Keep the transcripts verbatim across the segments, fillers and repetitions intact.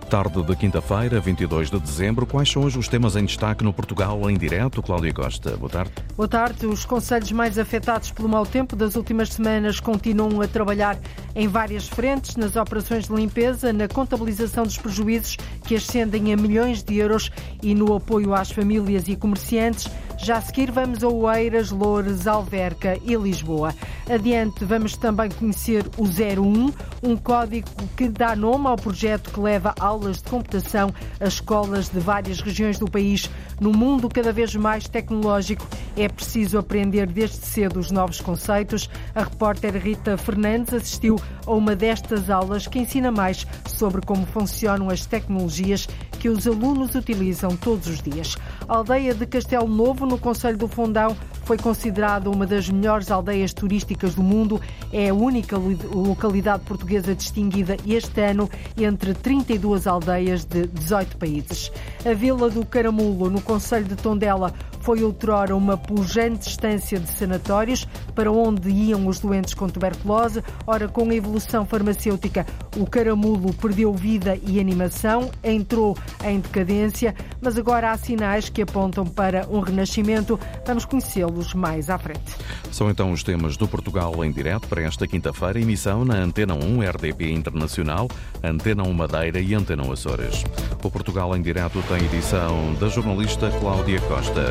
Tarde de quinta-feira, vinte e dois de dezembro. Quais são hoje os temas em destaque no Portugal em direto? Cláudia Costa, boa tarde. Boa tarde. Os concelhos mais afetados pelo mau tempo das últimas semanas continuam a trabalhar em várias frentes, nas operações de limpeza, na contabilização dos prejuízos que ascendem a milhões de euros e no apoio às famílias e comerciantes. Já a seguir vamos a Oeiras, Loures, Alverca e Lisboa. Adiante vamos também conhecer o zero um, um código que dá nome ao projeto que leva aulas de computação a escolas de várias regiões do país. No mundo cada vez mais tecnológico, é preciso aprender desde cedo os novos conceitos. A repórter Rita Fernandes assistiu a uma destas aulas que ensina mais sobre como funcionam as tecnologias que os alunos utilizam todos os dias. A aldeia de Castelo Novo, no concelho do Fundão, foi considerada uma das melhores aldeias turísticas do mundo. É a única localidade portuguesa distinguida este ano entre trinta e duas aldeias de dezoito países. A Vila do Caramulo, no concelho de Tondela, foi outrora uma pujante estância de sanatórios para onde iam os doentes com tuberculose. Ora, com a evolução farmacêutica, o Caramulo perdeu vida e animação, entrou em decadência, mas agora há sinais que apontam para um renascimento. Vamos conhecê-los mais à frente. São então os temas do Portugal em direto para esta quinta-feira, emissão na Antena um R D P Internacional, Antena um Madeira e Antena um Açores. O Portugal em direto tem edição da jornalista Cláudia Costa.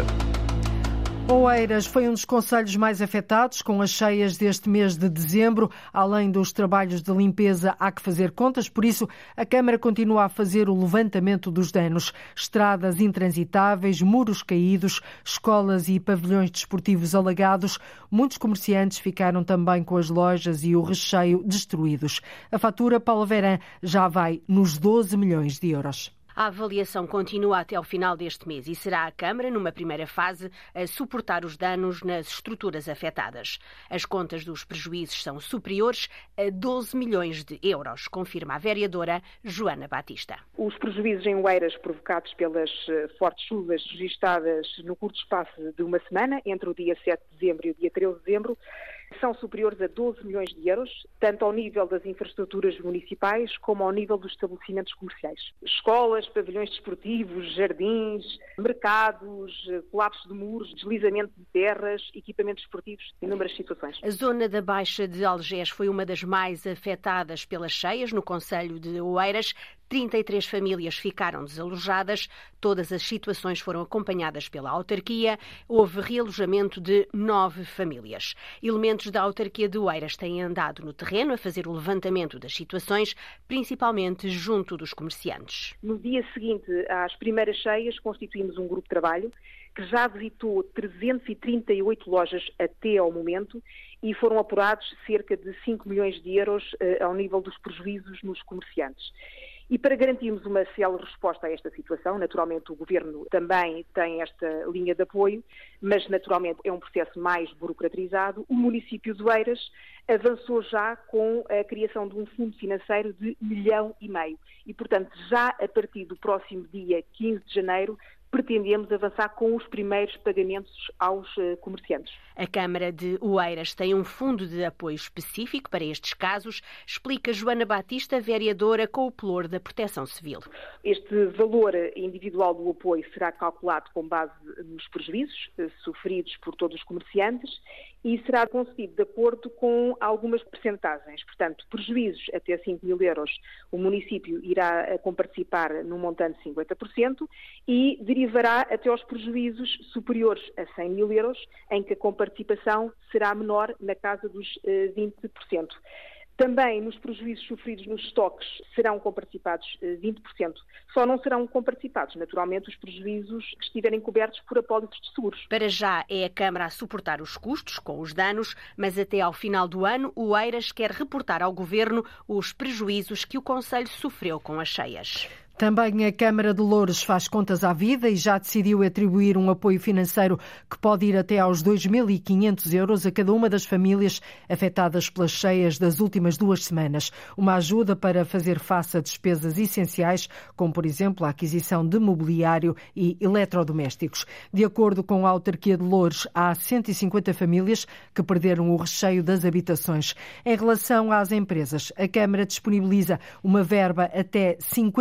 Oeiras foi um dos concelhos mais afetados com as cheias deste mês de dezembro. Além dos trabalhos de limpeza, há que fazer contas, por isso a Câmara continua a fazer o levantamento dos danos. Estradas intransitáveis, muros caídos, escolas e pavilhões desportivos alagados. Muitos comerciantes ficaram também com as lojas e o recheio destruídos. A fatura, Paulo Verã, já vai nos doze milhões de euros. A avaliação continua até ao final deste mês e será a Câmara, numa primeira fase, a suportar os danos nas estruturas afetadas. As contas dos prejuízos são superiores a doze milhões de euros, confirma a vereadora Joana Batista. Os prejuízos em Oeiras provocados pelas fortes chuvas registadas no curto espaço de uma semana, entre o dia sete de dezembro e o dia treze de dezembro, são superiores a doze milhões de euros, tanto ao nível das infraestruturas municipais como ao nível dos estabelecimentos comerciais. Escolas, pavilhões desportivos, jardins, mercados, colapso de muros, deslizamento de terras, equipamentos desportivos, inúmeras situações. A zona da Baixa de Algés foi uma das mais afetadas pelas cheias no concelho de Oeiras. trinta e três famílias ficaram desalojadas. Todas as situações foram acompanhadas pela autarquia. Houve realojamento de nove famílias. Elementos da autarquia de Oeiras têm andado no terreno a fazer o levantamento das situações, principalmente junto dos comerciantes. No dia seguinte às primeiras cheias, constituímos um grupo de trabalho que já visitou trezentas e trinta e oito lojas até ao momento e foram apurados cerca de cinco milhões de euros eh, ao nível dos prejuízos nos comerciantes. E para garantirmos uma célere resposta a esta situação, naturalmente o Governo também tem esta linha de apoio, mas naturalmente é um processo mais burocratizado. O município de Oeiras avançou já com a criação de um fundo financeiro de milhão e meio e, portanto, já a partir do próximo dia quinze de janeiro, pretendemos avançar com os primeiros pagamentos aos comerciantes. A Câmara de Oeiras tem um fundo de apoio específico para estes casos, explica Joana Batista, vereadora com o pelour da Proteção Civil. Este valor individual do apoio será calculado com base nos prejuízos sofridos por todos os comerciantes e será concedido de acordo com algumas percentagens. Portanto, prejuízos até cinco mil euros, o município irá comparticipar num montante de cinquenta por cento e derivará até aos prejuízos superiores a cem mil euros, em que a comparticipação será menor na casa dos vinte por cento. Também nos prejuízos sofridos nos estoques serão comparticipados vinte por cento. Só não serão comparticipados, naturalmente, os prejuízos que estiverem cobertos por apólices de seguros. Para já é a Câmara a suportar os custos com os danos, mas até ao final do ano o Oeiras quer reportar ao Governo os prejuízos que o concelho sofreu com as cheias. Também a Câmara de Loures faz contas à vida e já decidiu atribuir um apoio financeiro que pode ir até aos dois mil e quinhentos euros a cada uma das famílias afetadas pelas cheias das últimas duas semanas. Uma ajuda para fazer face a despesas essenciais, como, por exemplo, a aquisição de mobiliário e eletrodomésticos. De acordo com a autarquia de Loures, há cento e cinquenta famílias que perderam o recheio das habitações. Em relação às empresas, a Câmara disponibiliza uma verba até cinquenta mil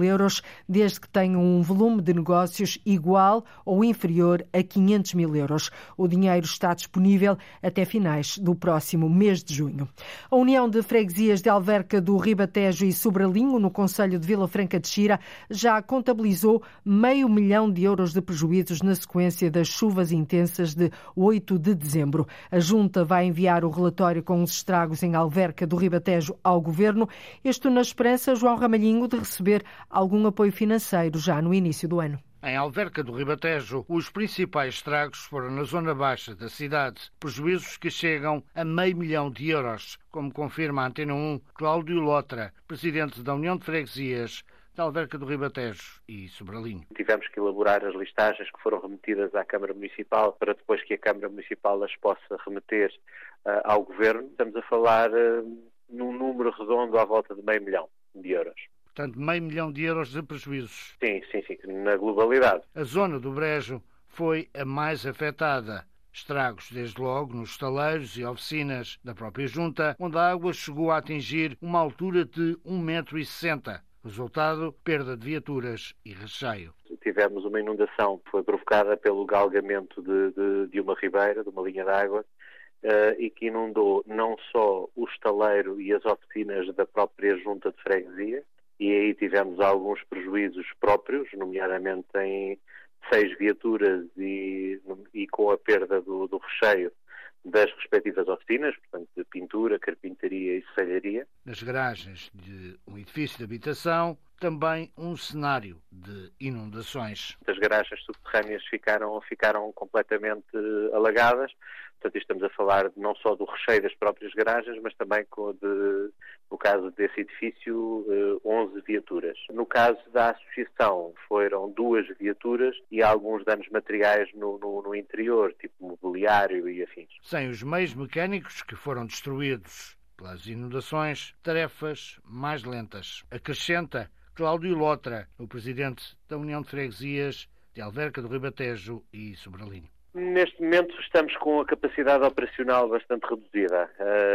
euros, desde que tenham um volume de negócios igual ou inferior a quinhentos mil euros. O dinheiro está disponível até finais do próximo mês de junho. A União de Freguesias de Alverca do Ribatejo e Sobralinho, no concelho de Vila Franca de Xira, já contabilizou meio milhão de euros de prejuízos na sequência das chuvas intensas de oito de dezembro. A Junta vai enviar o relatório com os estragos em Alverca do Ribatejo ao Governo, isto na esperança, João Ramalhinho, de receber algum apoio financeiro já no início do ano. Em Alverca do Ribatejo, os principais estragos foram na zona baixa da cidade, prejuízos que chegam a meio milhão de euros, como confirma a Antena um Cláudio Lotra, presidente da União de Freguesias de Alverca do Ribatejo e Sobralinho. Tivemos que elaborar as listagens que foram remetidas à Câmara Municipal para depois que a Câmara Municipal as possa remeter uh, ao Governo. Estamos a falar uh, num número redondo à volta de meio milhão de euros. Portanto, meio milhão de euros de prejuízos. Sim, sim, sim, na globalidade. A zona do Brejo foi a mais afetada. Estragos, desde logo, nos estaleiros e oficinas da própria Junta, onde a água chegou a atingir uma altura de um metro e sessenta. Resultado, perda de viaturas e recheio. Tivemos uma inundação que foi provocada pelo galgamento de, de, de uma ribeira, de uma linha de água, Uh, e que inundou não só o estaleiro e as oficinas da própria Junta de Freguesia, e aí tivemos alguns prejuízos próprios, nomeadamente em seis viaturas e, e com a perda do, do recheio das respectivas oficinas, portanto de pintura, carpintaria e serralharia. Nas garagens de um edifício de habitação, também um cenário de inundações. As garagens subterrâneas ficaram, ficaram completamente alagadas. Portanto, estamos a falar não só do recheio das próprias garagens, mas também, com de, no caso desse edifício, onze viaturas. No caso da associação, foram duas viaturas e alguns danos materiais no, no, no interior, tipo mobiliário e afins. Sem os meios mecânicos que foram destruídos pelas inundações, tarefas mais lentas. Acrescenta Cláudio Lotra, o presidente da União de Freguesias de Alverca do Ribatejo e Sobralinho. Neste momento estamos com a capacidade operacional bastante reduzida.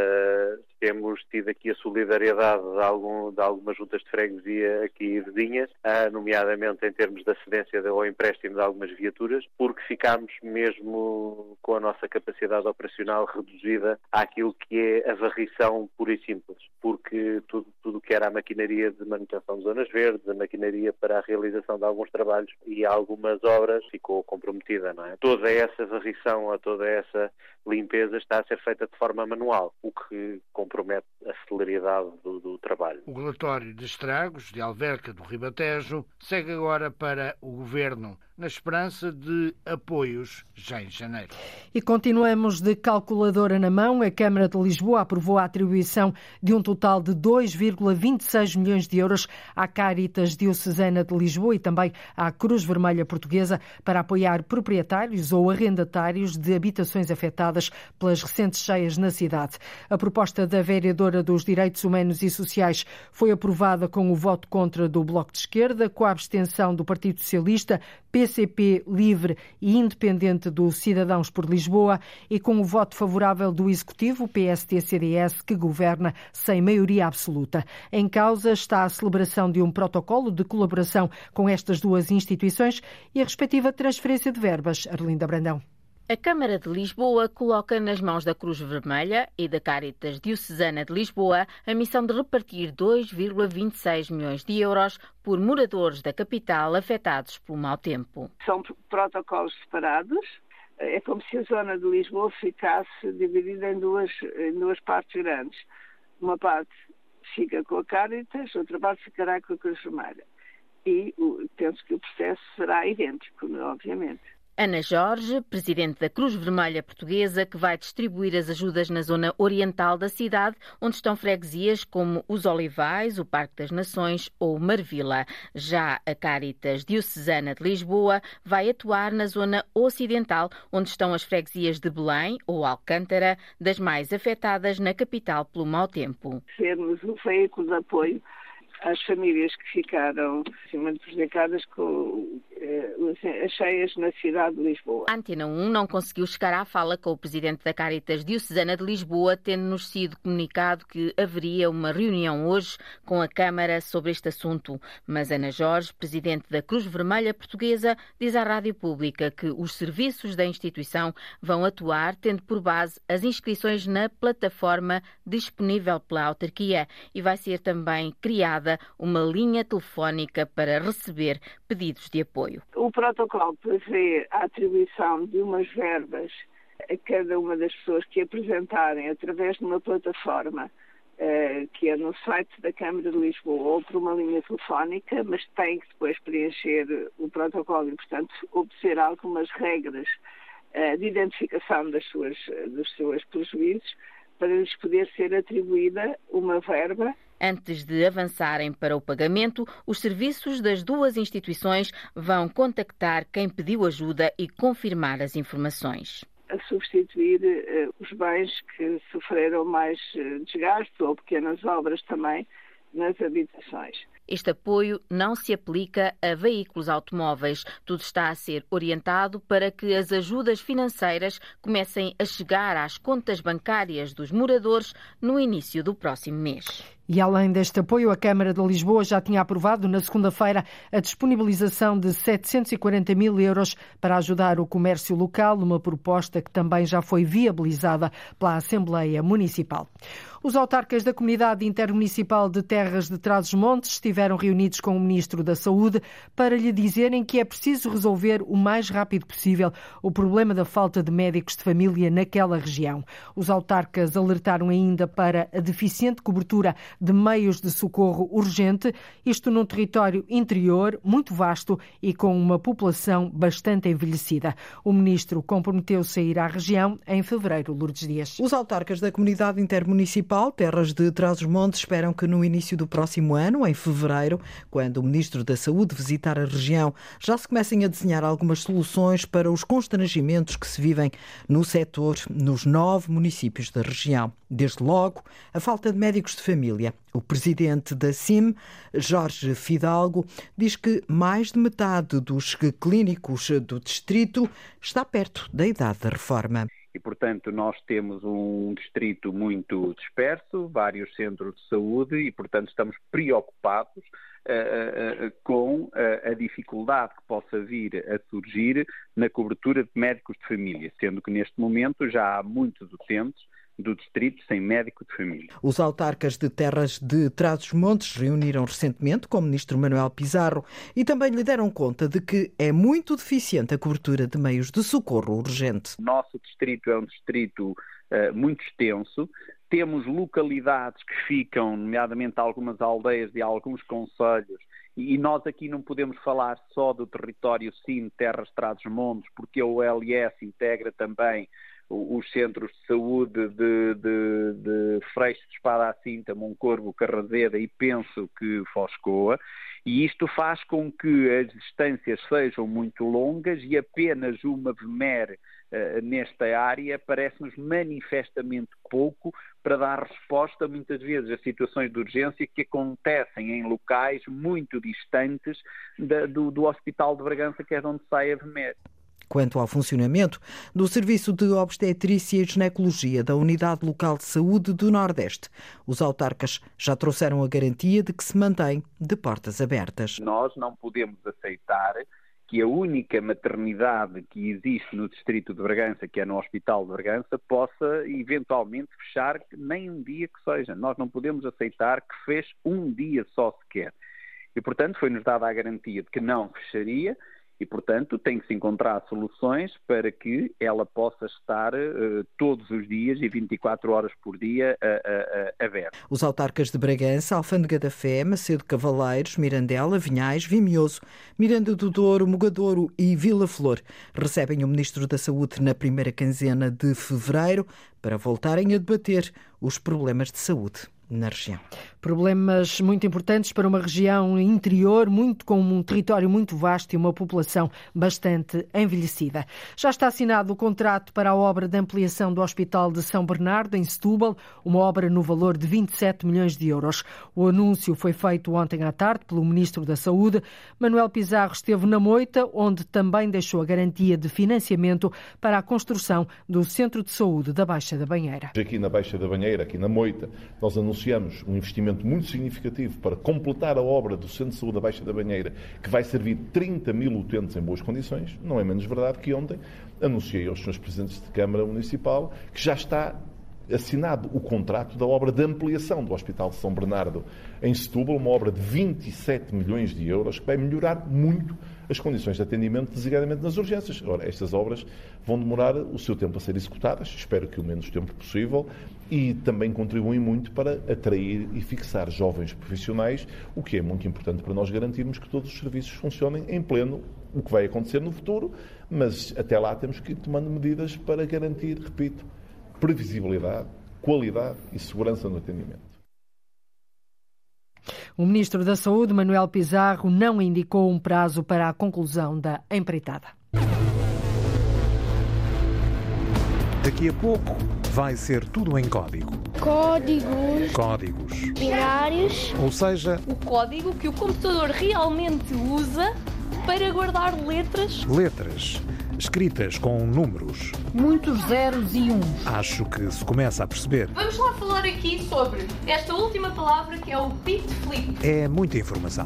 Uh, temos tido aqui a solidariedade de, algum, de algumas juntas de freguesia aqui vizinhas, uh, nomeadamente em termos da cedência ou empréstimo de algumas viaturas, porque ficámos mesmo com a nossa capacidade operacional reduzida àquilo que é a varrição pura e simples, porque tudo tudo que era a maquinaria de manutenção de zonas verdes, a maquinaria para a realização de alguns trabalhos e algumas obras ficou comprometida, não é? Toda essa varrição, a toda essa limpeza está a ser feita de forma manual, o que compromete a celeridade do, do trabalho. O relatório de estragos de Alverca do Ribatejo segue agora para o Governo, na esperança de apoios já em janeiro. E continuamos de calculadora na mão. A Câmara de Lisboa aprovou a atribuição de um total de dois vírgula vinte e seis milhões de euros à Cáritas Diocesana de Lisboa e também à Cruz Vermelha Portuguesa para apoiar proprietários ou arrendatários de habitações afetadas pelas recentes cheias na cidade. A proposta da vereadora dos Direitos Humanos e Sociais foi aprovada com o voto contra do Bloco de Esquerda, com a abstenção do Partido Socialista, P C P Livre e Independente do Cidadãos por Lisboa e com o voto favorável do Executivo, P S D C D S, que governa sem maioria absoluta. Em causa está a celebração de um protocolo de colaboração com estas duas instituições e a respectiva transferência de verbas. Arlinda Brandão. A Câmara de Lisboa coloca nas mãos da Cruz Vermelha e da Cáritas Diocesana de Lisboa a missão de repartir dois vírgula vinte e seis milhões de euros por moradores da capital afetados pelo mau tempo. São protocolos separados. É como se a zona de Lisboa ficasse dividida em duas, em duas partes grandes. Uma parte fica com a Cáritas, outra parte ficará com a Cruz Vermelha. E penso que o processo será idêntico, obviamente. Ana Jorge, presidente da Cruz Vermelha Portuguesa, que vai distribuir as ajudas na zona oriental da cidade, onde estão freguesias como Os Olivais, o Parque das Nações ou Marvila. Já a Cáritas Diocesana de Lisboa vai atuar na zona ocidental, onde estão as freguesias de Belém ou Alcântara, das mais afetadas na capital pelo mau tempo. Sermos um veículo de apoio às famílias que ficaram muito prejudicadas com, as cheias na cidade de Lisboa. A Antena um não conseguiu chegar à fala com o presidente da Cáritas Diocesana de Lisboa, tendo-nos sido comunicado que haveria uma reunião hoje com a Câmara sobre este assunto. Mas Ana Jorge, presidente da Cruz Vermelha Portuguesa, diz à Rádio Pública que os serviços da instituição vão atuar tendo por base as inscrições na plataforma disponível pela autarquia e vai ser também criada uma linha telefónica para receber pedidos de apoio. O protocolo prevê a atribuição de umas verbas a cada uma das pessoas que apresentarem através de uma plataforma eh, que é no site da Câmara de Lisboa ou por uma linha telefónica, mas tem que depois preencher o protocolo e, portanto, obedecer algumas regras eh, de identificação das suas, dos seus prejuízos para lhes poder ser atribuída uma verba. Antes de avançarem para o pagamento, os serviços das duas instituições vão contactar quem pediu ajuda e confirmar as informações. A substituir uh, os bens que sofreram mais uh, desgaste ou pequenas obras também nas habitações. Este apoio não se aplica a veículos automóveis. Tudo está a ser orientado para que as ajudas financeiras comecem a chegar às contas bancárias dos moradores no início do próximo mês. E além deste apoio, a Câmara de Lisboa já tinha aprovado na segunda-feira a disponibilização de setecentos e quarenta mil euros para ajudar o comércio local, uma proposta que também já foi viabilizada pela Assembleia Municipal. Os autarcas da Comunidade Intermunicipal de Terras de Trás-os-Montes estiveram reunidos com o Ministro da Saúde para lhe dizerem que é preciso resolver o mais rápido possível o problema da falta de médicos de família naquela região. Os autarcas alertaram ainda para a deficiente cobertura de meios de socorro urgente, isto num território interior muito vasto e com uma população bastante envelhecida. O Ministro comprometeu-se a ir à região em fevereiro. Lourdes Dias. Os autarcas da Comunidade Intermunicipal Terras de Trás-os-Montes esperam que no início do próximo ano, em fevereiro, quando o Ministro da Saúde visitar a região, já se comecem a desenhar algumas soluções para os constrangimentos que se vivem no setor nos nove municípios da região. Desde logo, a falta de médicos de família. O presidente da C I M, Jorge Fidalgo, diz que mais de metade dos clínicos do distrito está perto da idade da reforma. E, portanto, nós temos um distrito muito disperso, vários centros de saúde e, portanto, estamos preocupados uh, uh, com uh, a dificuldade que possa vir a surgir na cobertura de médicos de família, sendo que neste momento já há muitos utentes do distrito sem médico de família. Os autarcas de Terras de Trás-os-Montes reuniram recentemente com o ministro Manuel Pizarro e também lhe deram conta de que é muito deficiente a cobertura de meios de socorro urgente. O nosso distrito é um distrito uh, muito extenso. Temos localidades que ficam, nomeadamente algumas aldeias de alguns concelhos, e nós aqui não podemos falar só do território S I M, Terras de Trás-os-Montes, porque a O L S integra também os centros de saúde de, de, de Freixo de Espada à Cinta, Moncorvo, Carrazeda e penso que Foscoa, e isto faz com que as distâncias sejam muito longas e apenas uma V M E R uh, nesta área parece-nos manifestamente pouco para dar resposta muitas vezes a situações de urgência que acontecem em locais muito distantes da, do, do Hospital de Bragança, que é de onde sai a V M E R. Quanto ao funcionamento do Serviço de Obstetrícia e Ginecologia da Unidade Local de Saúde do Nordeste, os autarcas já trouxeram a garantia de que se mantém de portas abertas. Nós não podemos aceitar que a única maternidade que existe no distrito de Bragança, que é no Hospital de Bragança, possa eventualmente fechar nem um dia que seja. Nós não podemos aceitar que feche um dia só sequer. E, portanto, foi-nos dada a garantia de que não fecharia. E, portanto, tem que se encontrar soluções para que ela possa estar uh, todos os dias e vinte e quatro horas por dia uh, uh, uh, aberta. Os autarcas de Bragança, Alfândega da Fé, Macedo Cavaleiros, Mirandela, Vinhais, Vimioso, Miranda do Douro, Mogadouro e Vila Flor recebem o Ministro da Saúde na primeira quinzena de fevereiro para voltarem a debater os problemas de saúde na região. Problemas muito importantes para uma região interior, muito com um território muito vasto e uma população bastante envelhecida. Já está assinado o contrato para a obra de ampliação do Hospital de São Bernardo, em Setúbal, uma obra no valor de vinte e sete milhões de euros. O anúncio foi feito ontem à tarde pelo Ministro da Saúde. Manuel Pizarro esteve na Moita, onde também deixou a garantia de financiamento para a construção do Centro de Saúde da Baixa da Banheira. Aqui na Baixa da Banheira, aqui na Moita, nós anunciamos um investimento muito significativo para completar a obra do Centro de Saúde da Baixa da Banheira, que vai servir trinta mil utentes em boas condições. Não é menos verdade que ontem anunciei aos senhores Presidentes de Câmara Municipal que já está assinado o contrato da obra de ampliação do Hospital de São Bernardo em Setúbal, uma obra de vinte e sete milhões de euros que vai melhorar muito as condições de atendimento, designadamente nas urgências. Ora, estas obras vão demorar o seu tempo a ser executadas, espero que o menos tempo possível, e também contribuem muito para atrair e fixar jovens profissionais, o que é muito importante para nós garantirmos que todos os serviços funcionem em pleno, o que vai acontecer no futuro, mas até lá temos que ir tomando medidas para garantir, repito, previsibilidade, qualidade e segurança no atendimento. O Ministro da Saúde, Manuel Pizarro, não indicou um prazo para a conclusão da empreitada. Daqui a pouco vai ser tudo em código. Códigos. Códigos. Binários. Ou seja, o código que o computador realmente usa para guardar letras. Letras. Escritas com números. Muitos zeros e uns. Acho que se começa a perceber. Vamos lá falar aqui sobre esta última palavra que é o bit flip. É muita informação.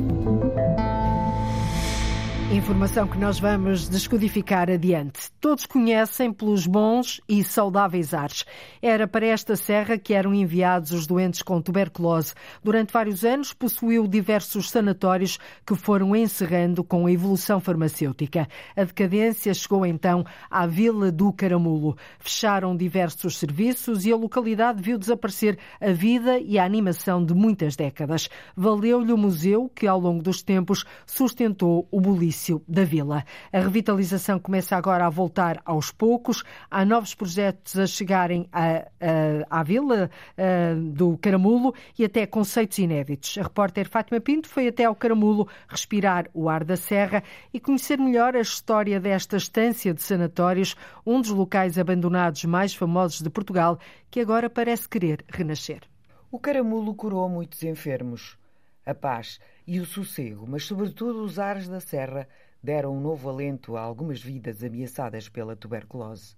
Informação que nós vamos descodificar adiante. Todos conhecem pelos bons e saudáveis ares. Era para esta serra que eram enviados os doentes com tuberculose. Durante vários anos possuiu diversos sanatórios que foram encerrando com a evolução farmacêutica. A decadência chegou então à Vila do Caramulo. Fecharam diversos serviços e a localidade viu desaparecer a vida e a animação de muitas décadas. Valeu-lhe o museu que ao longo dos tempos sustentou o bulício da vila. A revitalização começa agora a voltar aos poucos. Há novos projetos a chegarem à, à, à vila à, do Caramulo e até conceitos inéditos. A repórter Fátima Pinto foi até ao Caramulo respirar o ar da serra e conhecer melhor a história desta estância de sanatórios, um dos locais abandonados mais famosos de Portugal, que agora parece querer renascer. O Caramulo curou muitos enfermos. A paz e o sossego, mas sobretudo os ares da serra, deram um novo alento a algumas vidas ameaçadas pela tuberculose.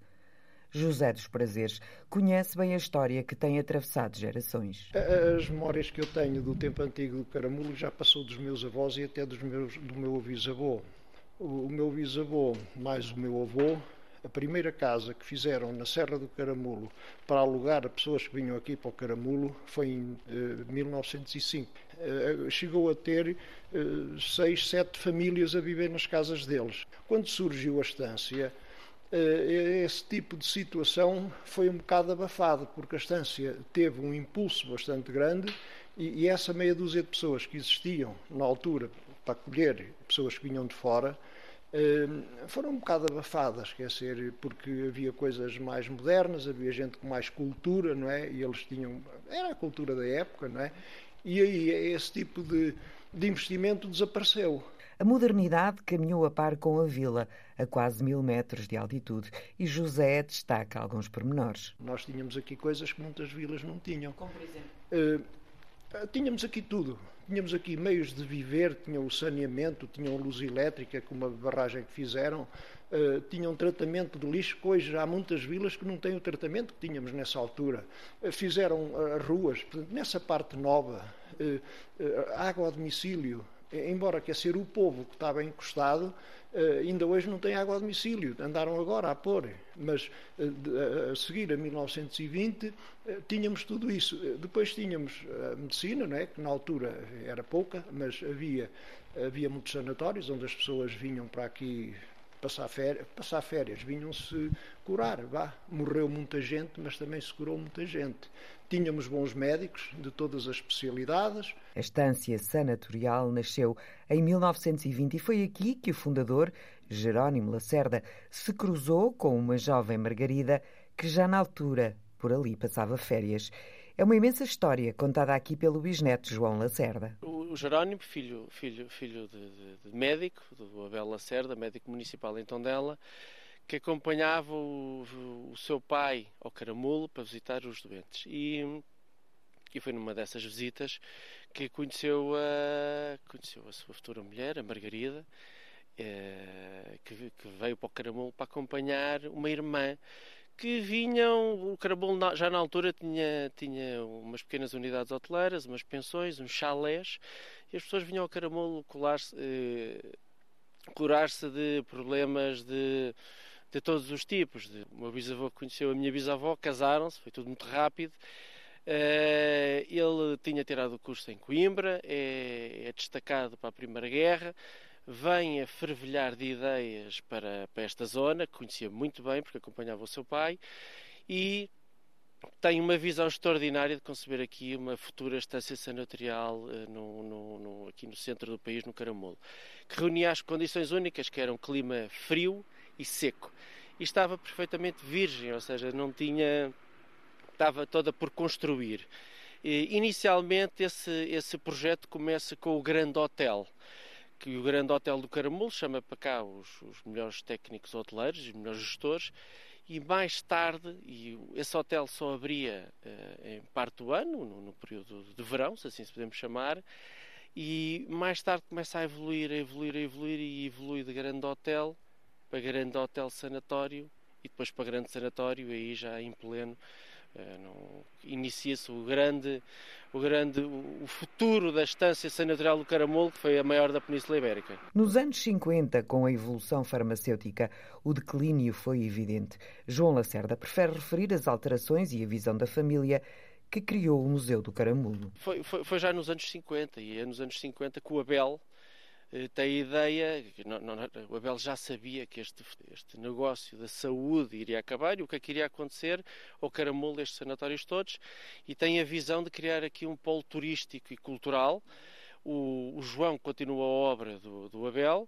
José dos Prazeres conhece bem a história que tem atravessado gerações. As memórias que eu tenho do tempo antigo do Caramulo já passou dos meus avós e até dos meus, do meu bisavô. O, o meu bisavô, mais o meu avô, a primeira casa que fizeram na Serra do Caramulo para alugar a pessoas que vinham aqui para o Caramulo foi em uh, mil novecentos e cinco. Uh, chegou a ter uh, seis, sete famílias a viver nas casas deles. Quando surgiu a estância, uh, esse tipo de situação foi um bocado abafado, porque a estância teve um impulso bastante grande e, e essa meia dúzia de pessoas que existiam na altura para acolher pessoas que vinham de fora, Uh, foram um bocado abafadas, quer dizer, porque havia coisas mais modernas, havia gente com mais cultura, não é? E eles tinham, era a cultura da época, não é? E aí esse tipo de, de investimento desapareceu. A modernidade caminhou a par com a vila, a quase mil metros de altitude, e José destaca alguns pormenores. Nós tínhamos aqui coisas que muitas vilas não tinham. Como por exemplo? Uh, tínhamos aqui tudo. Tínhamos aqui meios de viver, tinham o saneamento, tinham luz elétrica, com uma barragem que fizeram, uh, tinham tratamento de lixo, que hoje há muitas vilas que não têm o tratamento que tínhamos nessa altura. Uh, fizeram uh, ruas, portanto, nessa parte nova, uh, uh, água a domicílio, embora quer ser o povo que estava encostado, Uh, ainda hoje não tem água a domicílio, andaram agora a pôr, mas uh, a seguir a mil novecentos e vinte uh, tínhamos tudo isso. Uh, depois tínhamos a medicina, não é? Que na altura era pouca, mas havia, havia muitos sanatórios onde as pessoas vinham para aqui passar férias, passar férias vinham-se curar, vá. Morreu muita gente, mas também se curou muita gente. Tínhamos bons médicos de todas as especialidades. A estância sanatorial nasceu em mil novecentos e vinte e foi aqui que o fundador, Jerónimo Lacerda, se cruzou com uma jovem Margarida que já na altura por ali passava férias. É uma imensa história contada aqui pelo bisneto João Lacerda. O Jerónimo, filho, filho, filho de, de, de médico, do Abel Lacerda, médico municipal em Tondela, que acompanhava o, o seu pai ao Caramulo para visitar os doentes. E, e foi numa dessas visitas que conheceu a, conheceu a sua futura mulher, a Margarida, é, que, que veio para o Caramulo para acompanhar uma irmã que vinham. O Caramulo já na altura tinha, tinha umas pequenas unidades hoteleiras, umas pensões, uns chalés, e as pessoas vinham ao Caramulo colar-se, eh, curar-se de problemas de, de todos os tipos. O meu bisavô conheceu a minha bisavó, casaram-se, foi tudo muito rápido. Uh, ele tinha tirado o curso em Coimbra, é, é destacado para a Primeira Guerra, vem a fervilhar de ideias para, para esta zona, que conhecia muito bem porque acompanhava o seu pai, e tem uma visão extraordinária de conceber aqui uma futura estância sanatorial uh, no, no, no, aqui no centro do país, no Caramulo, que reunia as condições únicas, que eram clima frio e seco, e estava perfeitamente virgem, ou seja, não tinha... estava toda por construir. E, inicialmente esse, esse projeto começa com o Grande Hotel, que o Grande Hotel do Caramulo chama para cá os, os melhores técnicos hoteleiros, os melhores gestores, e mais tarde, e esse hotel só abria uh, em parte do ano, no, no período de verão, se assim se podemos chamar, e mais tarde começa a evoluir, a evoluir, a evoluir, e evolui de Grande Hotel para Grande Hotel Sanatório, e depois para Grande Sanatório, e aí já em pleno Uh, inicia-se o grande, o grande o futuro da estância sanatorial do Caramulo, que foi a maior da Península Ibérica. Nos anos cinquenta, com a evolução farmacêutica, o declínio foi evidente. João Lacerda prefere referir as alterações e a visão da família que criou o Museu do Caramulo. Foi, foi, foi já nos anos cinquenta, e é nos anos cinquenta que o Abel tem a ideia, não, não, o Abel já sabia que este, este negócio da saúde iria acabar, e o que é que iria acontecer ao Caramulo, estes sanatórios todos, e tem a visão de criar aqui um polo turístico e cultural. O, o João continua a obra do, do Abel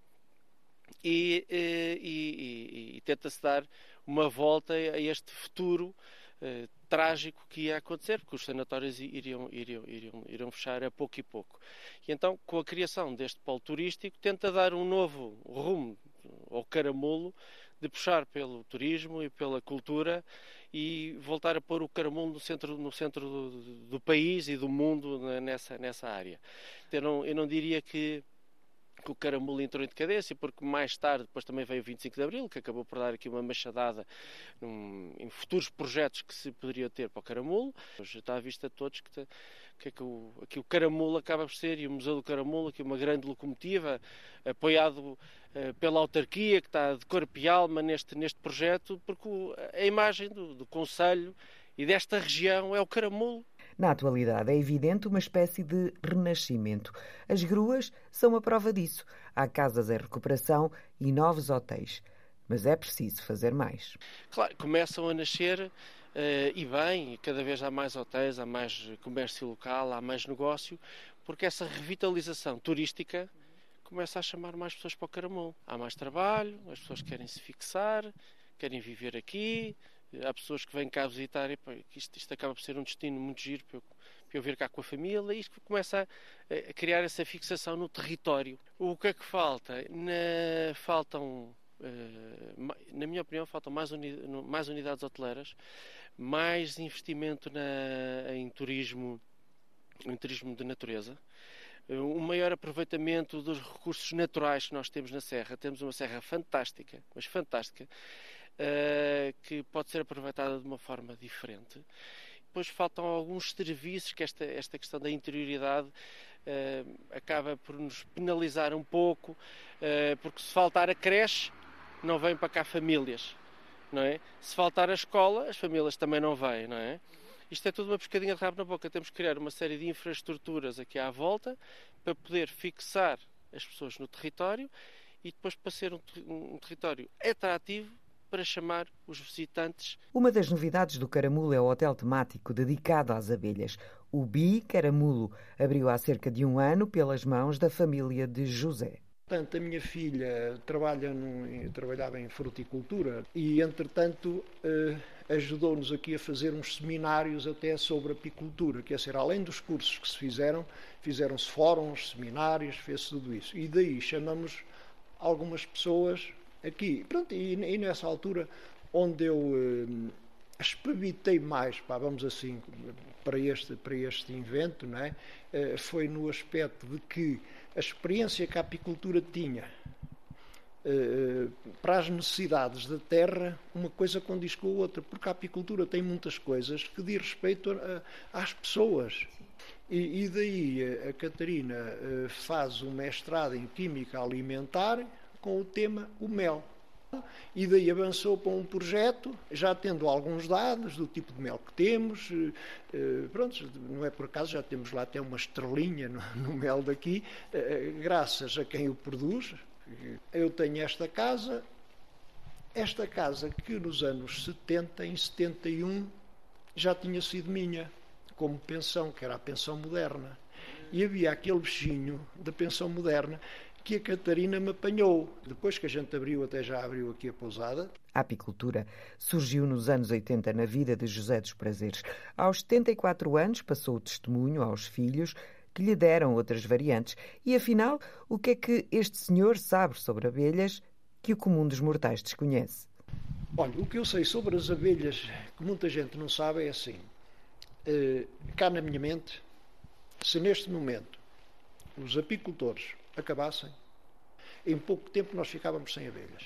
e, e, e, e tenta-se dar uma volta a este futuro eh, trágico que ia acontecer, porque os sanatórios iriam, iriam, iriam, iriam fechar a pouco e pouco. E então, com a criação deste polo turístico, tenta dar um novo rumo ao Caramulo, de puxar pelo turismo e pela cultura e voltar a pôr o Caramulo no centro, no centro do, do país e do mundo nessa, nessa área. Eu não, eu não diria que que o Caramulo entrou em decadência, porque mais tarde, depois também veio o vinte e cinco de Abril, que acabou por dar aqui uma machadada num, em futuros projetos que se poderia ter para o Caramulo. Hoje está à vista de todos que, te, que, é que, o, que o Caramulo acaba por ser, e o Museu do Caramulo, aqui uma grande locomotiva, apoiado uh, pela autarquia, que está de corpo e alma neste, neste projeto, porque o, a imagem do, do Concelho e desta região é o Caramulo. Na atualidade é evidente uma espécie de renascimento. As gruas são a prova disso. Há casas em recuperação e novos hotéis. Mas é preciso fazer mais. Claro, começam a nascer, uh, e bem, cada vez há mais hotéis, há mais comércio local, há mais negócio, porque essa revitalização turística começa a chamar mais pessoas para o Caramulo. Há mais trabalho, as pessoas querem se fixar, querem viver aqui. Há pessoas que vêm cá visitar e pá, isto, isto acaba por ser um destino muito giro para eu, para eu vir cá com a família, e isto começa a, a criar essa fixação no território. O que é que falta? Na, faltam, uh, na minha opinião, faltam mais, uni, mais unidades hoteleiras, mais investimento na, em turismo, em turismo de natureza, um maior aproveitamento dos recursos naturais que nós temos na Serra. Temos uma serra fantástica, mas fantástica, Uh, que pode ser aproveitada de uma forma diferente. Depois faltam alguns serviços que esta, esta questão da interioridade uh, acaba por nos penalizar um pouco, uh, porque se faltar a creche, não vêm para cá famílias, não é? Se faltar a escola, as famílias também não vêm, não é? Isto é tudo uma pescadinha de rabo na boca. Temos que criar uma série de infraestruturas aqui à volta para poder fixar as pessoas no território e depois para ser um, um território atrativo para chamar os visitantes. Uma das novidades do Caramulo é o hotel temático dedicado às abelhas. O Bi Caramulo abriu há cerca de um ano pelas mãos da família de José. Portanto, a minha filha trabalha num, trabalhava em fruticultura e, entretanto, ajudou-nos aqui a fazer uns seminários até sobre apicultura, quer dizer, além dos cursos que se fizeram, fizeram-se fóruns, seminários, fez-se tudo isso. E daí chamamos algumas pessoas aqui. Pronto, e, e nessa altura, onde eu eh, espevitei mais, pá, vamos assim, para este, para este invento, não é? Eh, foi no aspecto de que a experiência que a apicultura tinha Uh, para as necessidades da terra, uma coisa condiz com a outra, porque a apicultura tem muitas coisas que diz respeito a, a, às pessoas. E, e daí a, a Catarina uh, faz um mestrado em Química Alimentar com o tema o mel. E daí avançou para um projeto, já tendo alguns dados do tipo de mel que temos, uh, pronto, não é por acaso, já temos lá até uma estrelinha no, no mel daqui, uh, graças a quem o produz. Eu tenho esta casa, esta casa que nos anos setenta, em setenta e um, já tinha sido minha, como pensão, que era a pensão moderna. E havia aquele bichinho da pensão moderna que a Catarina me apanhou. Depois que a gente abriu, até já abriu aqui a pousada. A apicultura surgiu nos anos oitenta na vida de José dos Prazeres. Aos setenta e quatro anos passou o testemunho aos filhos, que lhe deram outras variantes. E, afinal, o que é que este senhor sabe sobre abelhas que o comum dos mortais desconhece? Olha, o que eu sei sobre as abelhas, que muita gente não sabe, é assim. Uh, cá na minha mente, se neste momento os apicultores acabassem, em pouco tempo nós ficávamos sem abelhas.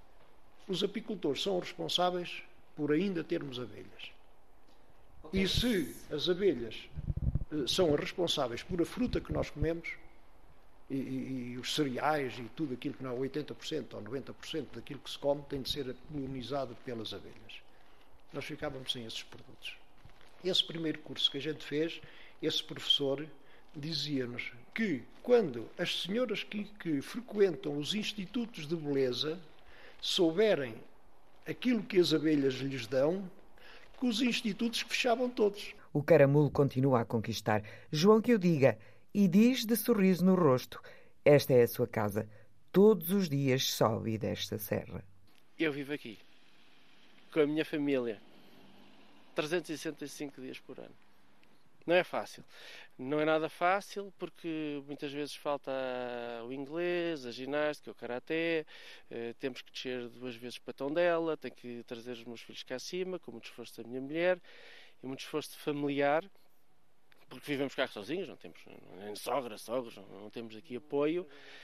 Os apicultores são responsáveis por ainda termos abelhas. Okay. E se as abelhas são as responsáveis por a fruta que nós comemos e, e, e os cereais e tudo aquilo que não é oitenta por cento ou noventa por cento daquilo que se come tem de ser polinizado pelas abelhas. Nós ficávamos sem esses produtos. Esse primeiro curso que a gente fez, esse professor dizia-nos que quando as senhoras que, que frequentam os institutos de beleza souberem aquilo que as abelhas lhes dão, que os institutos fechavam todos. O caramulo continua a conquistar. João que o diga, e diz de sorriso no rosto. Esta é a sua casa. Todos os dias sobe e desce a serra. Eu vivo aqui, com a minha família, trezentos e sessenta e cinco dias por ano. Não é fácil. Não é nada fácil porque muitas vezes falta o inglês, a ginástica, o karaté, eh, temos que descer duas vezes para Tondela, tenho que trazer os meus filhos cá acima, com muito esforço da minha mulher e muito esforço familiar, porque vivemos cá sozinhos, não temos nem sogra, sogros, não, não temos aqui apoio,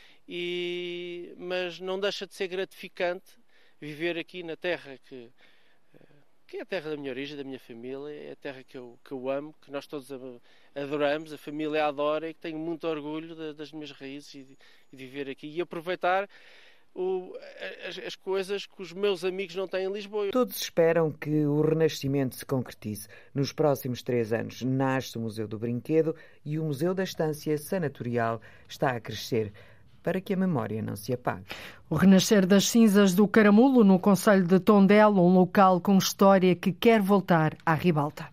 e, mas não deixa de ser gratificante viver aqui na terra que... que é a terra da minha origem, da minha família, é a terra que eu, que eu amo, que nós todos adoramos, a família adora e que tenho muito orgulho de, das minhas raízes e de, de viver aqui e aproveitar o, as, as coisas que os meus amigos não têm em Lisboa. Todos esperam que o renascimento se concretize. Nos próximos três anos nasce o Museu do Brinquedo e o Museu da Estância Sanatorial está a crescer, para que a memória não se apague. O renascer das cinzas do Caramulo, no concelho de Tondela, um local com história que quer voltar à ribalta.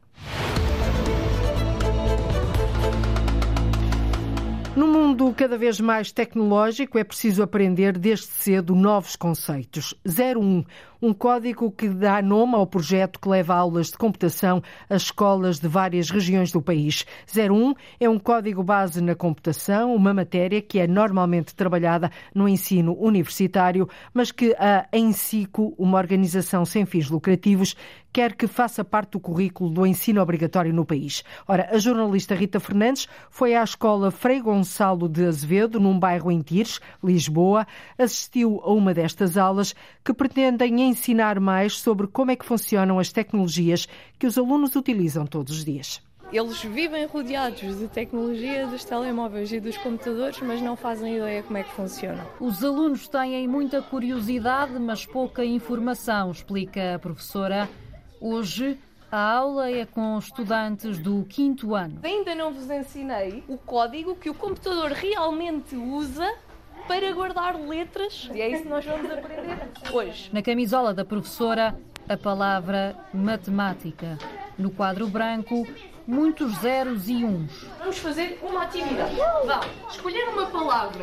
No mundo cada vez mais tecnológico, é preciso aprender desde cedo novos conceitos. zero um, um código que dá nome ao projeto que leva aulas de computação a escolas de várias regiões do país. zero um é um código base na computação, uma matéria que é normalmente trabalhada no ensino universitário, mas que a ENSICO, uma organização sem fins lucrativos, quer que faça parte do currículo do ensino obrigatório no país. Ora, a jornalista Rita Fernandes foi à escola Frei Gonçalo de Azevedo, num bairro em Tires, Lisboa, assistiu a uma destas aulas que pretendem ensinar mais sobre como é que funcionam as tecnologias que os alunos utilizam todos os dias. Eles vivem rodeados de tecnologia, dos telemóveis e dos computadores, mas não fazem ideia como é que funcionam. Os alunos têm muita curiosidade, mas pouca informação, explica a professora. Hoje, a aula é com estudantes do quinto ano. Ainda não vos ensinei o código que o computador realmente usa para guardar letras. E é isso que nós vamos aprender hoje. Na camisola da professora, a palavra matemática. No quadro branco, muitos zeros e uns. Vamos fazer uma atividade. Vá, escolher uma palavra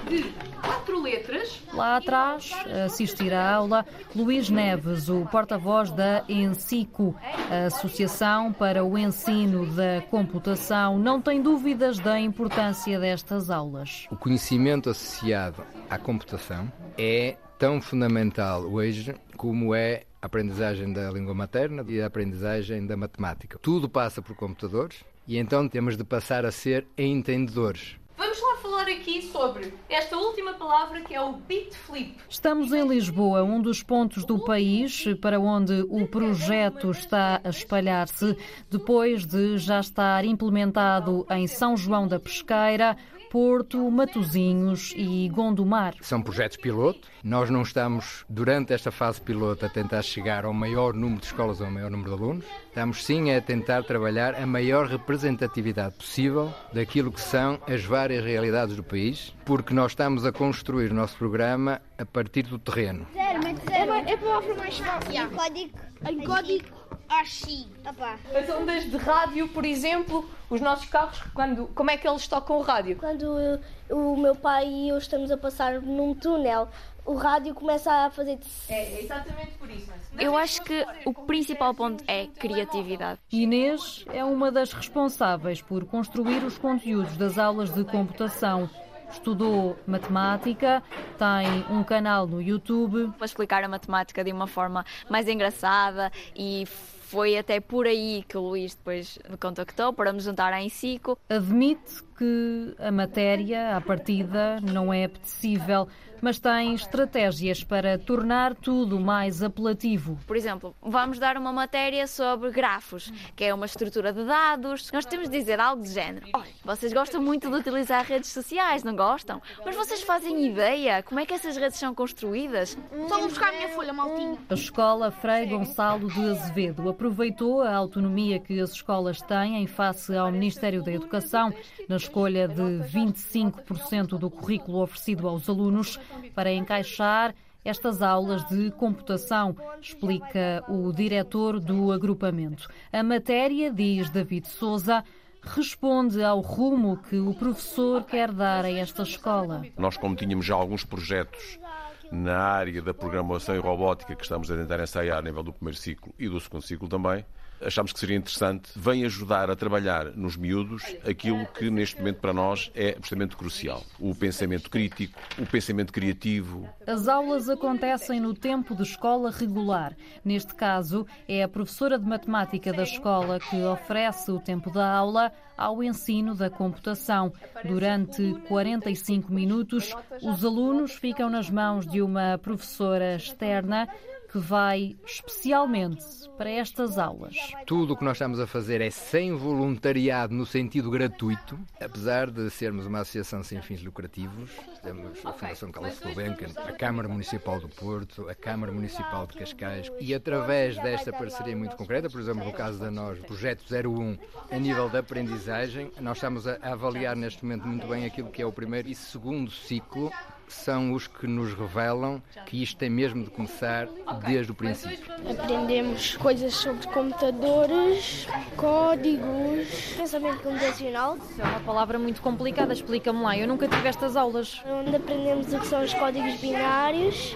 de quatro letras. Lá atrás, a assistir à aula, Luís Neves, o porta-voz da ENSICO, a Associação para o Ensino da Computação, não tem dúvidas da importância destas aulas. O conhecimento associado à computação é tão fundamental hoje como é a aprendizagem da língua materna e a aprendizagem da matemática. Tudo passa por computadores e então temos de passar a ser entendedores. Vamos lá falar aqui sobre esta última palavra que é o Bitflip. Estamos em Lisboa, um dos pontos do país para onde o projeto está a espalhar-se, depois de já estar implementado em São João da Pesqueira, Porto, Matosinhos e Gondomar. São projetos piloto. Nós não estamos, durante esta fase piloto, a tentar chegar ao maior número de escolas ou ao maior número de alunos. Estamos sim a tentar trabalhar a maior representatividade possível daquilo que são as várias realidades do país, porque nós estamos a construir o nosso programa a partir do terreno. Zero, zero. É a palavra mais fácil. Yeah. Em código. Em código. Assim, opa. As ondas de rádio, por exemplo, os nossos carros, quando, como é que eles tocam o rádio? Quando eu, o meu pai e eu estamos a passar num túnel, o rádio começa a fazer... É, é exatamente por isso. Eu acho que o principal ponto é criatividade. Inês é uma das responsáveis por construir os conteúdos das aulas de computação. Estudou matemática, tem um canal no YouTube. Vou explicar a matemática de uma forma mais engraçada e foi até por aí que o Luís depois me contactou para me juntar à ENSICO. Admite que a matéria, à partida, não é apetecível, mas tem estratégias para tornar tudo mais apelativo. Por exemplo, vamos dar uma matéria sobre grafos, que é uma estrutura de dados. Nós temos de dizer algo de género. Olha, vocês gostam muito de utilizar redes sociais, não gostam? Mas vocês fazem ideia como é que essas redes são construídas? Só vou buscar a minha folha, maltinho. A escola Frei Gonçalo de Azevedo aproveitou a autonomia que as escolas têm em face ao Ministério da Educação na escolha de vinte e cinco por cento do currículo oferecido aos alunos para encaixar estas aulas de computação, explica o diretor do agrupamento. A matéria, diz David Sousa, responde ao rumo que o professor quer dar a esta escola. Nós, como tínhamos já alguns projetos na área da programação e robótica que estamos a tentar ensaiar a nível do primeiro ciclo e do segundo ciclo também, achámos que seria interessante, vem ajudar a trabalhar nos miúdos aquilo que neste momento para nós é absolutamente crucial. O pensamento crítico, o pensamento criativo. As aulas acontecem no tempo de escola regular. Neste caso, é a professora de matemática da escola que oferece o tempo da aula ao ensino da computação. Durante quarenta e cinco minutos, os alunos ficam nas mãos de uma professora externa que vai especialmente para estas aulas. Tudo o que nós estamos a fazer é sem voluntariado no sentido gratuito, apesar de sermos uma associação sem fins lucrativos. Temos a Fundação Carlos Gulbenkian, a Câmara Municipal do Porto, a Câmara Municipal de Cascais e através desta parceria muito concreta, por exemplo, no caso da nós, o Projeto zero um, a nível da aprendizagem, nós estamos a avaliar neste momento muito bem aquilo que é o primeiro e segundo ciclo, são os que nos revelam que isto tem mesmo de começar desde o princípio. Aprendemos coisas sobre computadores, códigos, pensamento computacional. Isso é uma palavra muito complicada, explica-me lá, eu nunca tive estas aulas. Onde aprendemos o que são os códigos binários.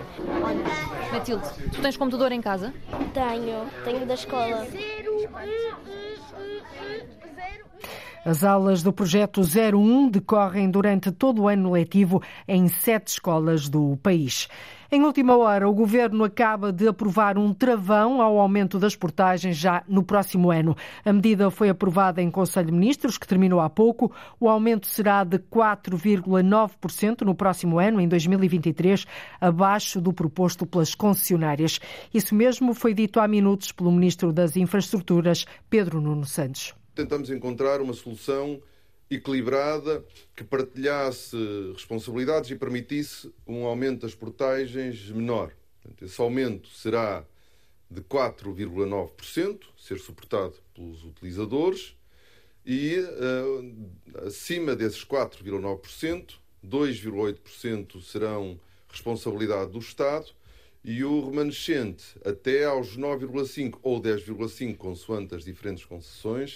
Matilde, tu tens computador em casa? Tenho, tenho da escola. As aulas do projeto zero um decorrem durante todo o ano letivo em sete escolas do país. Em última hora, o Governo acaba de aprovar um travão ao aumento das portagens já no próximo ano. A medida foi aprovada em Conselho de Ministros, que terminou há pouco. O aumento será de quatro vírgula nove por cento no próximo ano, em dois mil e vinte e três, abaixo do proposto pelas concessionárias. Isso mesmo foi dito há minutos pelo Ministro das Infraestruturas, Pedro Nuno Santos. Tentamos encontrar uma solução equilibrada que partilhasse responsabilidades e permitisse um aumento das portagens menor. Esse aumento será de quatro vírgula nove por cento, ser suportado pelos utilizadores, e uh, acima desses quatro vírgula nove por cento, dois vírgula oito por cento serão responsabilidade do Estado e o remanescente até aos nove vírgula cinco por cento ou dez vírgula cinco por cento, consoante as diferentes concessões,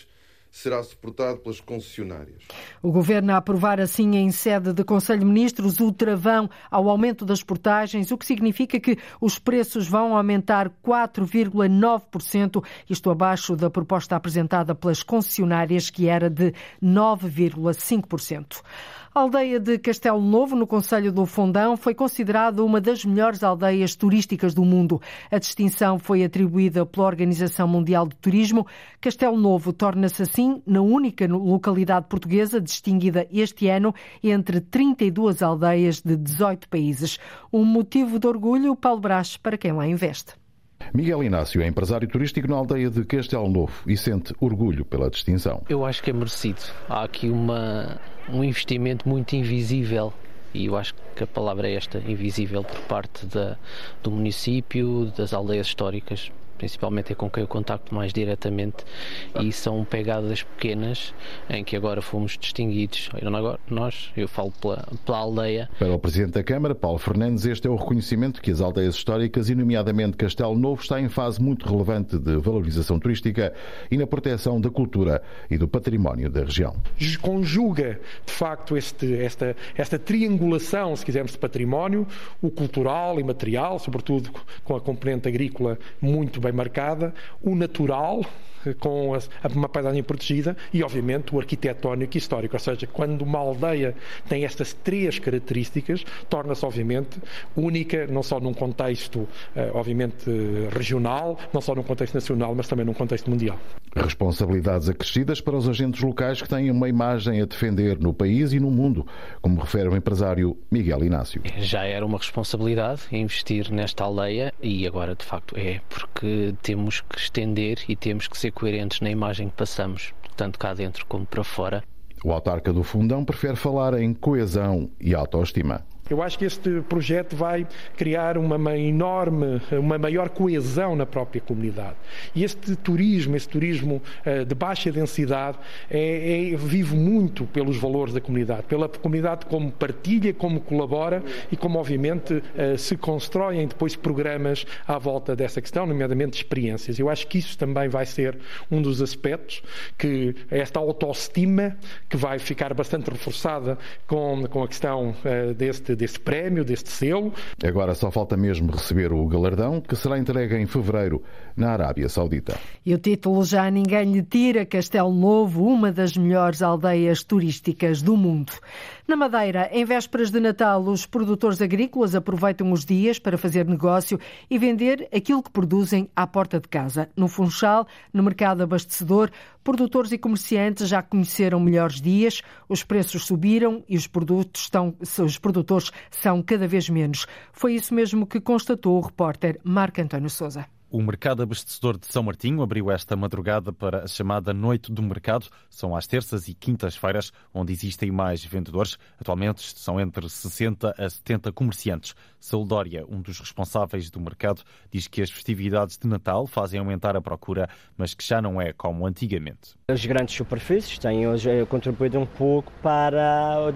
será suportado pelas concessionárias. O Governo a aprovar assim em sede de Conselho de Ministros o travão ao aumento das portagens, o que significa que os preços vão aumentar quatro vírgula nove por cento, isto abaixo da proposta apresentada pelas concessionárias, que era de nove vírgula cinco por cento. A aldeia de Castelo Novo, no concelho do Fundão, foi considerada uma das melhores aldeias turísticas do mundo. A distinção foi atribuída pela Organização Mundial do Turismo. Castelo Novo torna-se assim na única localidade portuguesa distinguida este ano entre trinta e duas aldeias de dezoito países. Um motivo de orgulho, Paulo Brás, para quem lá investe. Miguel Inácio é empresário turístico na aldeia de Castelo Novo e sente orgulho pela distinção. Eu acho que é merecido. Há aqui uma, um investimento muito invisível, e eu acho que a palavra é esta, invisível, por parte da, do município, das aldeias históricas, principalmente é com quem eu contacto mais diretamente, e são pegadas pequenas em que agora fomos distinguidos. Eu não agora, nós, eu falo pela, pela aldeia. Para o Presidente da Câmara, Paulo Fernandes, este é o reconhecimento que as aldeias históricas, e nomeadamente Castelo Novo, está em fase muito relevante de valorização turística e na proteção da cultura e do património da região. Conjuga, de facto, este, esta, esta triangulação, se quisermos, de património, o cultural e material, sobretudo com a componente agrícola muito bem marcada, o natural, com uma paisagem protegida, e obviamente o arquitetónico e histórico. Ou seja, quando uma aldeia tem estas três características, torna-se obviamente única, não só num contexto obviamente regional, não só num contexto nacional, mas também num contexto mundial. Responsabilidades acrescidas para os agentes locais que têm uma imagem a defender no país e no mundo, como refere o empresário Miguel Inácio. Já era uma responsabilidade investir nesta aldeia, e agora de facto é, porque temos que estender e temos que ser coerentes na imagem que passamos, tanto cá dentro como para fora. O autarca do Fundão prefere falar em coesão e autoestima. Eu acho que este projeto vai criar uma enorme, uma maior coesão na própria comunidade. E este turismo, este turismo uh, de baixa densidade, é, é, vive muito pelos valores da comunidade, pela comunidade como partilha, como colabora e como, obviamente, uh, se constroem depois programas à volta dessa questão, nomeadamente experiências. Eu acho que isso também vai ser um dos aspectos, que esta autoestima, que vai ficar bastante reforçada com, com a questão uh, deste deste prémio, deste selo. Agora só falta mesmo receber o galardão, que será entregue em fevereiro na Arábia Saudita. E o título já ninguém lhe tira: Castelo Novo, uma das melhores aldeias turísticas do mundo. Na Madeira, em vésperas de Natal, os produtores agrícolas aproveitam os dias para fazer negócio e vender aquilo que produzem à porta de casa. No Funchal, no mercado abastecedor, produtores e comerciantes já conheceram melhores dias, os preços subiram e os produtos estão, os produtores são cada vez menos. Foi isso mesmo que constatou o repórter Marco António Sousa. O mercado abastecedor de São Martinho abriu esta madrugada para a chamada Noite do Mercado. São às terças e quintas-feiras, onde existem mais vendedores. Atualmente são entre sessenta a setenta comerciantes. Saúl Dória, um dos responsáveis do mercado, diz que as festividades de Natal fazem aumentar a procura, mas que já não é como antigamente. As grandes superfícies têm hoje contribuído um pouco para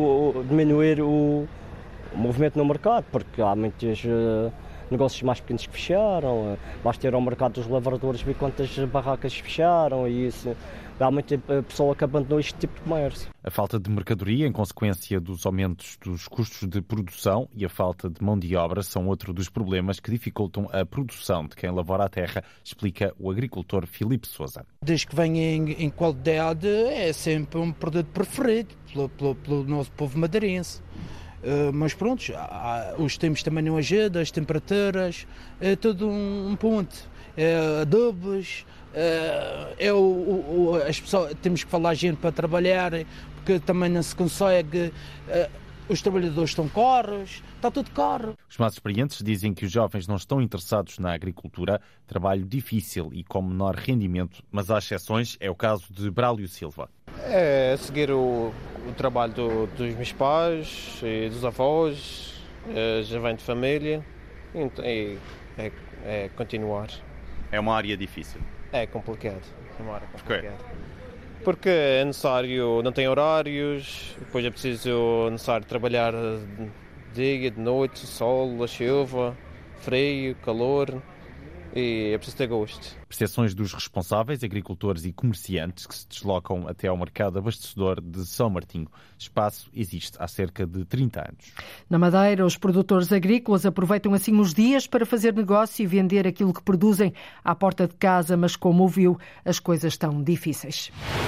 diminuir o movimento no mercado, porque há muitas negócios mais pequenos que fecharam, basta ir ao mercado dos lavradores ver quantas barracas fecharam, e isso, há muita pessoa que abandonou este tipo de comércio. A falta de mercadoria em consequência dos aumentos dos custos de produção e a falta de mão de obra são outro dos problemas que dificultam a produção de quem lavora a terra, explica o agricultor Filipe Sousa. Desde que vem em, em qualidade, é sempre um produto preferido pelo, pelo, pelo nosso povo madeirense. Uh, mas pronto, há, os tempos também não ajudam, as temperaturas, é todo um, um ponto. É, adubos, é, é o, o, as pessoas, temos que falar gente para trabalhar, porque também não se consegue. É, os trabalhadores estão caros, está tudo caro. Os mais experientes dizem que os jovens não estão interessados na agricultura, trabalho difícil e com menor rendimento, mas há exceções, é o caso de Brálio Silva. É seguir o, o trabalho do, dos meus pais e dos avós, já vem de família, e é, é continuar. É uma área difícil? É complicado. É uma área complicada. Porquê? Porque é necessário, não tem horários, depois é preciso necessário trabalhar de dia, de noite, sol, a chuva, frio, calor. e é preciso ter gosto. Percepções dos responsáveis, agricultores e comerciantes que se deslocam até ao mercado abastecedor de São Martinho. Espaço existe há cerca de trinta anos. Na Madeira, os produtores agrícolas aproveitam assim os dias para fazer negócio e vender aquilo que produzem à porta de casa, mas como ouviu, as coisas estão difíceis.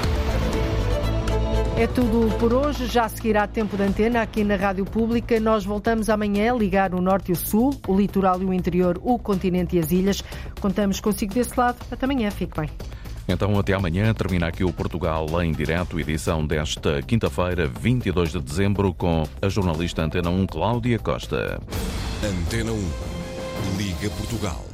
É tudo por hoje. Já seguirá tempo de antena aqui na Rádio Pública. Nós voltamos amanhã a ligar o Norte e o Sul, o litoral e o interior, o continente e as ilhas. Contamos consigo desse lado. Até amanhã. Fique bem. Então, até amanhã. Termina aqui o Portugal em direto, edição desta quinta-feira, vinte e dois de dezembro, com a jornalista Antena um, Cláudia Costa. Antena um. Liga Portugal.